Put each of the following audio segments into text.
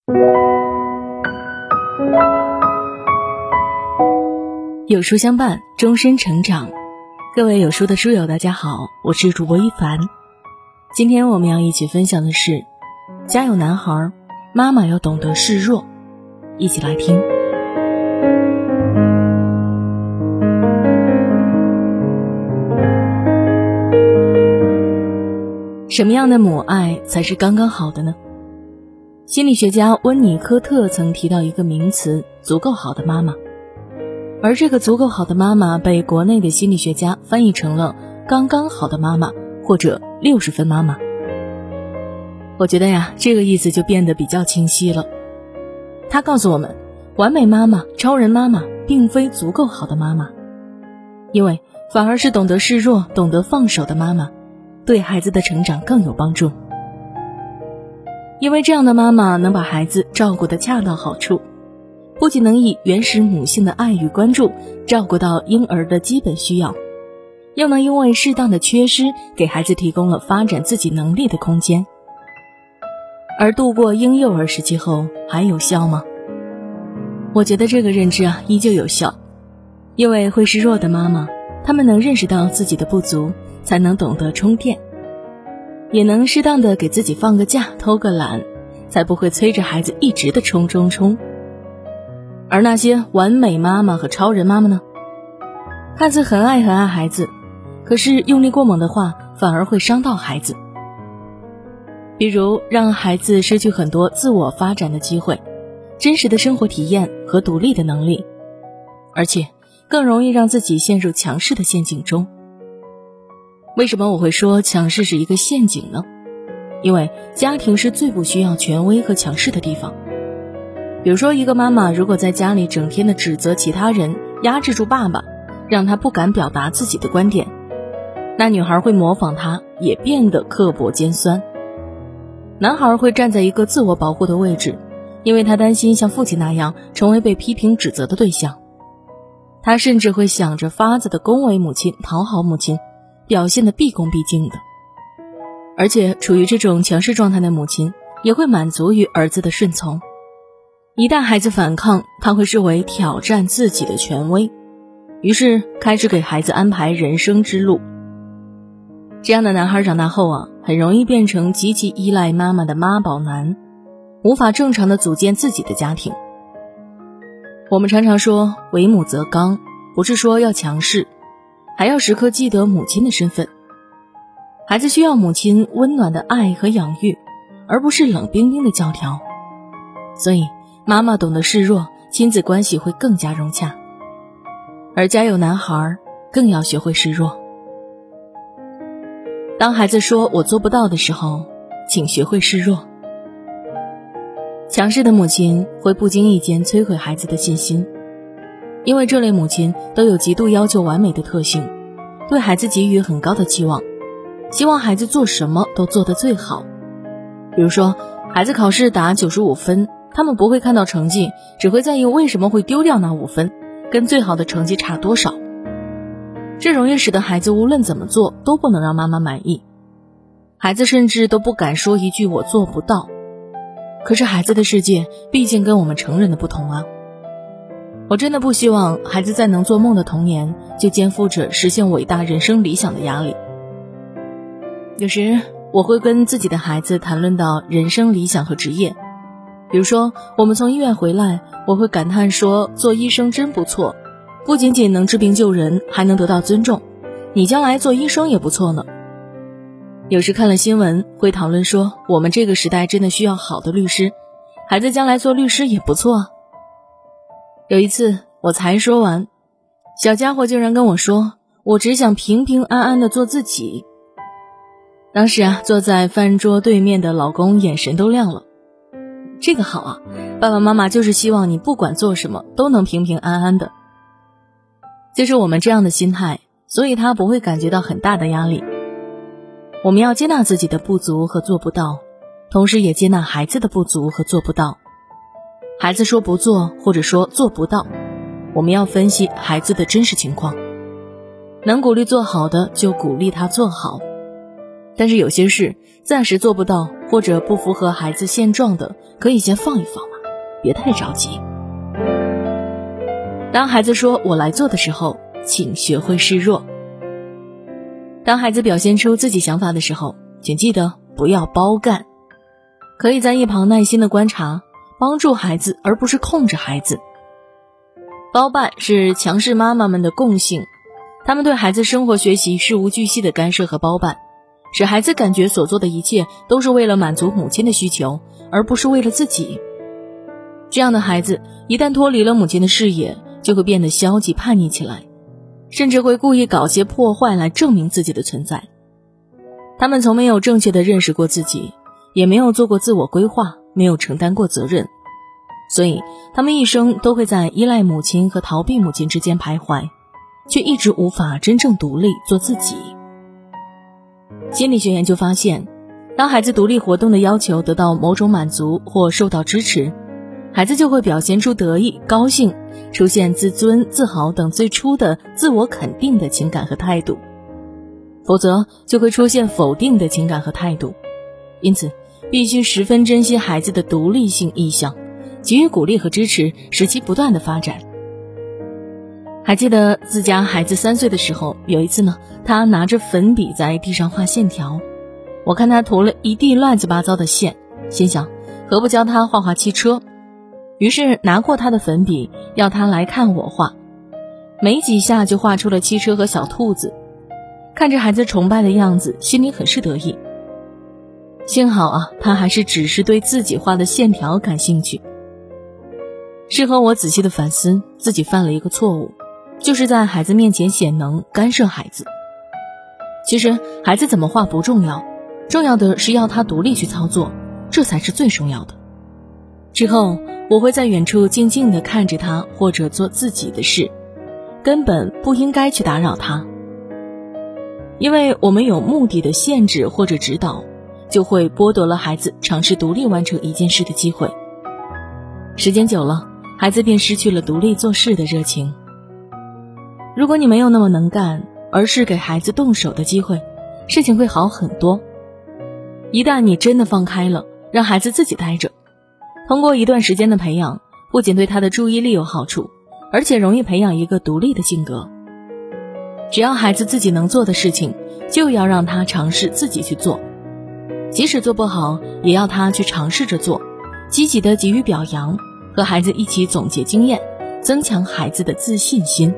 有书相伴，终身成长。各位有书的书友大家好，我是主播一凡。今天我们要一起分享的是家有男孩，妈妈要懂得示弱。一起来听。什么样的母爱才是刚刚好的呢？心理学家温尼科特曾提到一个名词，足够好的妈妈。而这个足够好的妈妈被国内的心理学家翻译成了刚刚好的妈妈，或者60分妈妈。我觉得呀，这个意思就变得比较清晰了。他告诉我们，完美妈妈、超人妈妈并非足够好的妈妈，因为反而是懂得示弱、懂得放手的妈妈，对孩子的成长更有帮助。因为这样的妈妈能把孩子照顾得恰到好处，不仅能以原始母性的爱与关注照顾到婴儿的基本需要，又能因为适当的缺失给孩子提供了发展自己能力的空间。而度过婴幼儿时期后还有效吗？我觉得这个认知依旧有效。因为会示弱的妈妈，她们能认识到自己的不足，才能懂得充电，也能适当的给自己放个假，偷个懒，才不会催着孩子一直的冲。而那些完美妈妈和超人妈妈呢，看似很爱孩子，可是用力过猛的话反而会伤到孩子。比如让孩子失去很多自我发展的机会，真实的生活体验和独立的能力，而且更容易让自己陷入强势的陷阱中。为什么我会说强势是一个陷阱呢？因为家庭是最不需要权威和强势的地方。比如说一个妈妈如果在家里整天的指责其他人，压制住爸爸，让他不敢表达自己的观点，那女孩会模仿他，也变得刻薄尖酸。男孩会站在一个自我保护的位置，因为他担心像父亲那样成为被批评指责的对象。他甚至会想着法子的恭维母亲，讨好母亲，表现得毕恭毕敬的。而且处于这种强势状态的母亲也会满足于儿子的顺从。一旦孩子反抗，他会视为挑战自己的权威，于是开始给孩子安排人生之路。这样的男孩长大后很容易变成极其依赖妈妈的妈宝男，无法正常的组建自己的家庭。我们常常说为母则刚，不是说要强势，还要时刻记得母亲的身份。孩子需要母亲温暖的爱和养育，而不是冷冰冰的教条。所以妈妈懂得示弱，亲子关系会更加融洽。而家有男孩更要学会示弱。当孩子说我做不到的时候，请学会示弱。强势的母亲会不经意间摧毁孩子的信心，因为这类母亲都有极度要求完美的特性，对孩子给予很高的期望，希望孩子做什么都做得最好。比如说孩子考试打95分，他们不会看到成绩，只会在意为什么会丢掉那5分，跟最好的成绩差多少。这容易使得孩子无论怎么做都不能让妈妈满意，孩子甚至都不敢说一句我做不到。可是孩子的世界毕竟跟我们成人的不同我真的不希望孩子在能做梦的童年就肩负着实现伟大人生理想的压力。有时我会跟自己的孩子谈论到人生理想和职业，比如说我们从医院回来，我会感叹说做医生真不错，不仅仅能治病救人，还能得到尊重，你将来做医生也不错呢。有时看了新闻会讨论说我们这个时代真的需要好的律师，孩子将来做律师也不错有一次我才说完，小家伙竟然跟我说我只想平平安安地做自己。当时坐在饭桌对面的老公眼神都亮了。这个好爸爸妈妈就是希望你不管做什么都能平平安安的。就是我们这样的心态，所以他不会感觉到很大的压力。我们要接纳自己的不足和做不到，同时也接纳孩子的不足和做不到。孩子说不做或者说做不到，我们要分析孩子的真实情况，能鼓励做好的就鼓励他做好。但是有些事暂时做不到或者不符合孩子现状的， 可以先放一放嘛，别太着急。当孩子说我来做的时候，请学会示弱。当孩子表现出自己想法的时候，请记得不要包干，可以在一旁耐心的观察，帮助孩子而不是控制孩子。包办是强势妈妈们的共性，他们对孩子生活学习事无巨细的干涉和包办，使孩子感觉所做的一切都是为了满足母亲的需求，而不是为了自己。这样的孩子一旦脱离了母亲的视野，就会变得消极叛逆起来，甚至会故意搞些破坏来证明自己的存在。他们从没有正确的认识过自己，也没有做过自我规划，没有承担过责任，所以他们一生都会在依赖母亲和逃避母亲之间徘徊，却一直无法真正独立做自己。心理学研究发现，当孩子独立活动的要求得到某种满足或受到支持，孩子就会表现出得意、高兴，出现自尊、自豪等最初的自我肯定的情感和态度，否则就会出现否定的情感和态度。因此必须十分珍惜孩子的独立性意向，给予鼓励和支持，使其不断的发展。还记得自家孩子3岁的时候，有一次呢，他拿着粉笔在地上画线条，我看他涂了一地乱七八糟的线，心想何不教他画画汽车，于是拿过他的粉笔，要他来看我画，没几下就画出了汽车和小兔子。看着孩子崇拜的样子，心里很是得意。幸好啊，他还是只是对自己画的线条感兴趣。事后我仔细的反思，自己犯了一个错误，就是在孩子面前显能，干涉孩子。其实孩子怎么画不重要，重要的是要他独立去操作，这才是最重要的。之后我会在远处静静地看着他，或者做自己的事，根本不应该去打扰他。因为我们有目的的限制或者指导，就会剥夺了孩子尝试独立完成一件事的机会。时间久了，孩子便失去了独立做事的热情。如果你没有那么能干，而是给孩子动手的机会，事情会好很多。一旦你真的放开了，让孩子自己待着，通过一段时间的培养，不仅对他的注意力有好处，而且容易培养一个独立的性格。只要孩子自己能做的事情，就要让他尝试自己去做，即使做不好，也要他去尝试着做，积极的给予表扬，和孩子一起总结经验，增强孩子的自信心。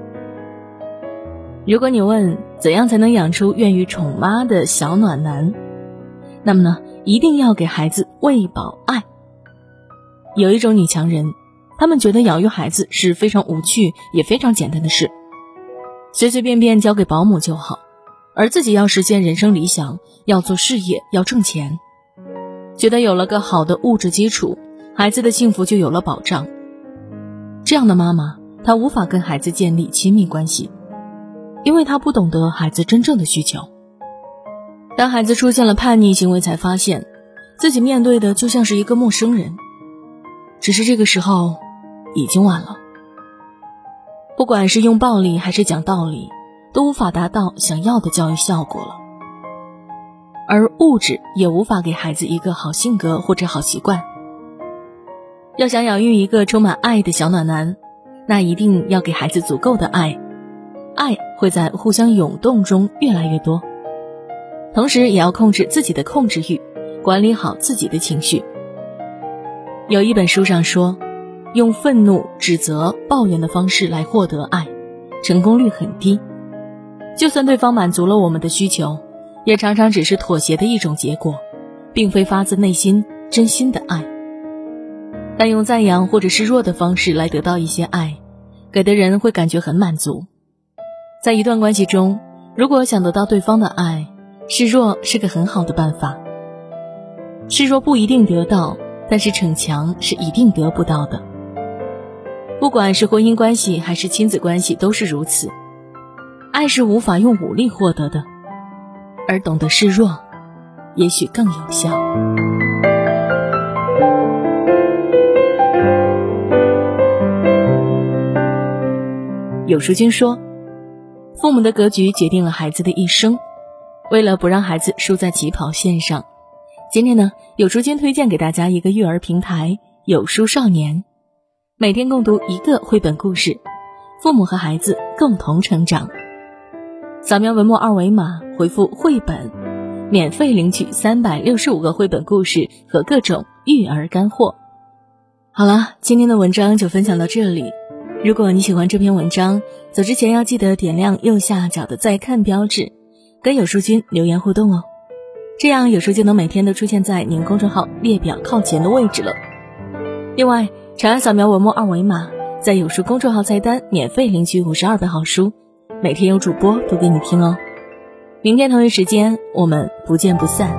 如果你问怎样才能养出愿于宠妈的小暖男，那么呢，一定要给孩子喂饱爱。有一种女强人，她们觉得养育孩子是非常无趣也非常简单的事，随随便便交给保姆就好，而自己要实现人生理想，要做事业，要挣钱，觉得有了个好的物质基础，孩子的幸福就有了保障。这样的妈妈，她无法跟孩子建立亲密关系，因为她不懂得孩子真正的需求。当孩子出现了叛逆行为，才发现自己面对的就像是一个陌生人，只是这个时候已经晚了。不管是用暴力还是讲道理，都无法达到想要的教育效果了。而物质也无法给孩子一个好性格或者好习惯。要想养育一个充满爱的小暖男，那一定要给孩子足够的爱，爱会在互相涌动中越来越多。同时也要控制自己的控制欲，管理好自己的情绪。有一本书上说，用愤怒、指责、抱怨的方式来获得爱，成功率很低。就算对方满足了我们的需求，也常常只是妥协的一种结果，并非发自内心真心的爱。但用赞扬或者示弱的方式来得到一些爱，给的人会感觉很满足。在一段关系中，如果想得到对方的爱，示弱是个很好的办法。示弱不一定得到，但是逞强是一定得不到的。不管是婚姻关系还是亲子关系都是如此，爱是无法用武力获得的，而懂得示弱也许更有效。有书君说，父母的格局决定了孩子的一生，为了不让孩子输在起跑线上， 今天呢，有书君推荐给大家一个育儿平台有书少年，每天共读一个绘本故事，父母和孩子共同成长。扫描文末二维码，回复绘本，免费领取365个绘本故事和各种育儿干货。好了，今天的文章就分享到这里。如果你喜欢这篇文章，走之前要记得点亮右下角的再看标志，跟有书君留言互动哦，这样有书就能每天都出现在您公众号列表靠前的位置了。另外，长按扫描文末二维码，在有书公众号菜单免费领取52本好书，每天有主播读给你听哦。明天同一时間我們不見不散。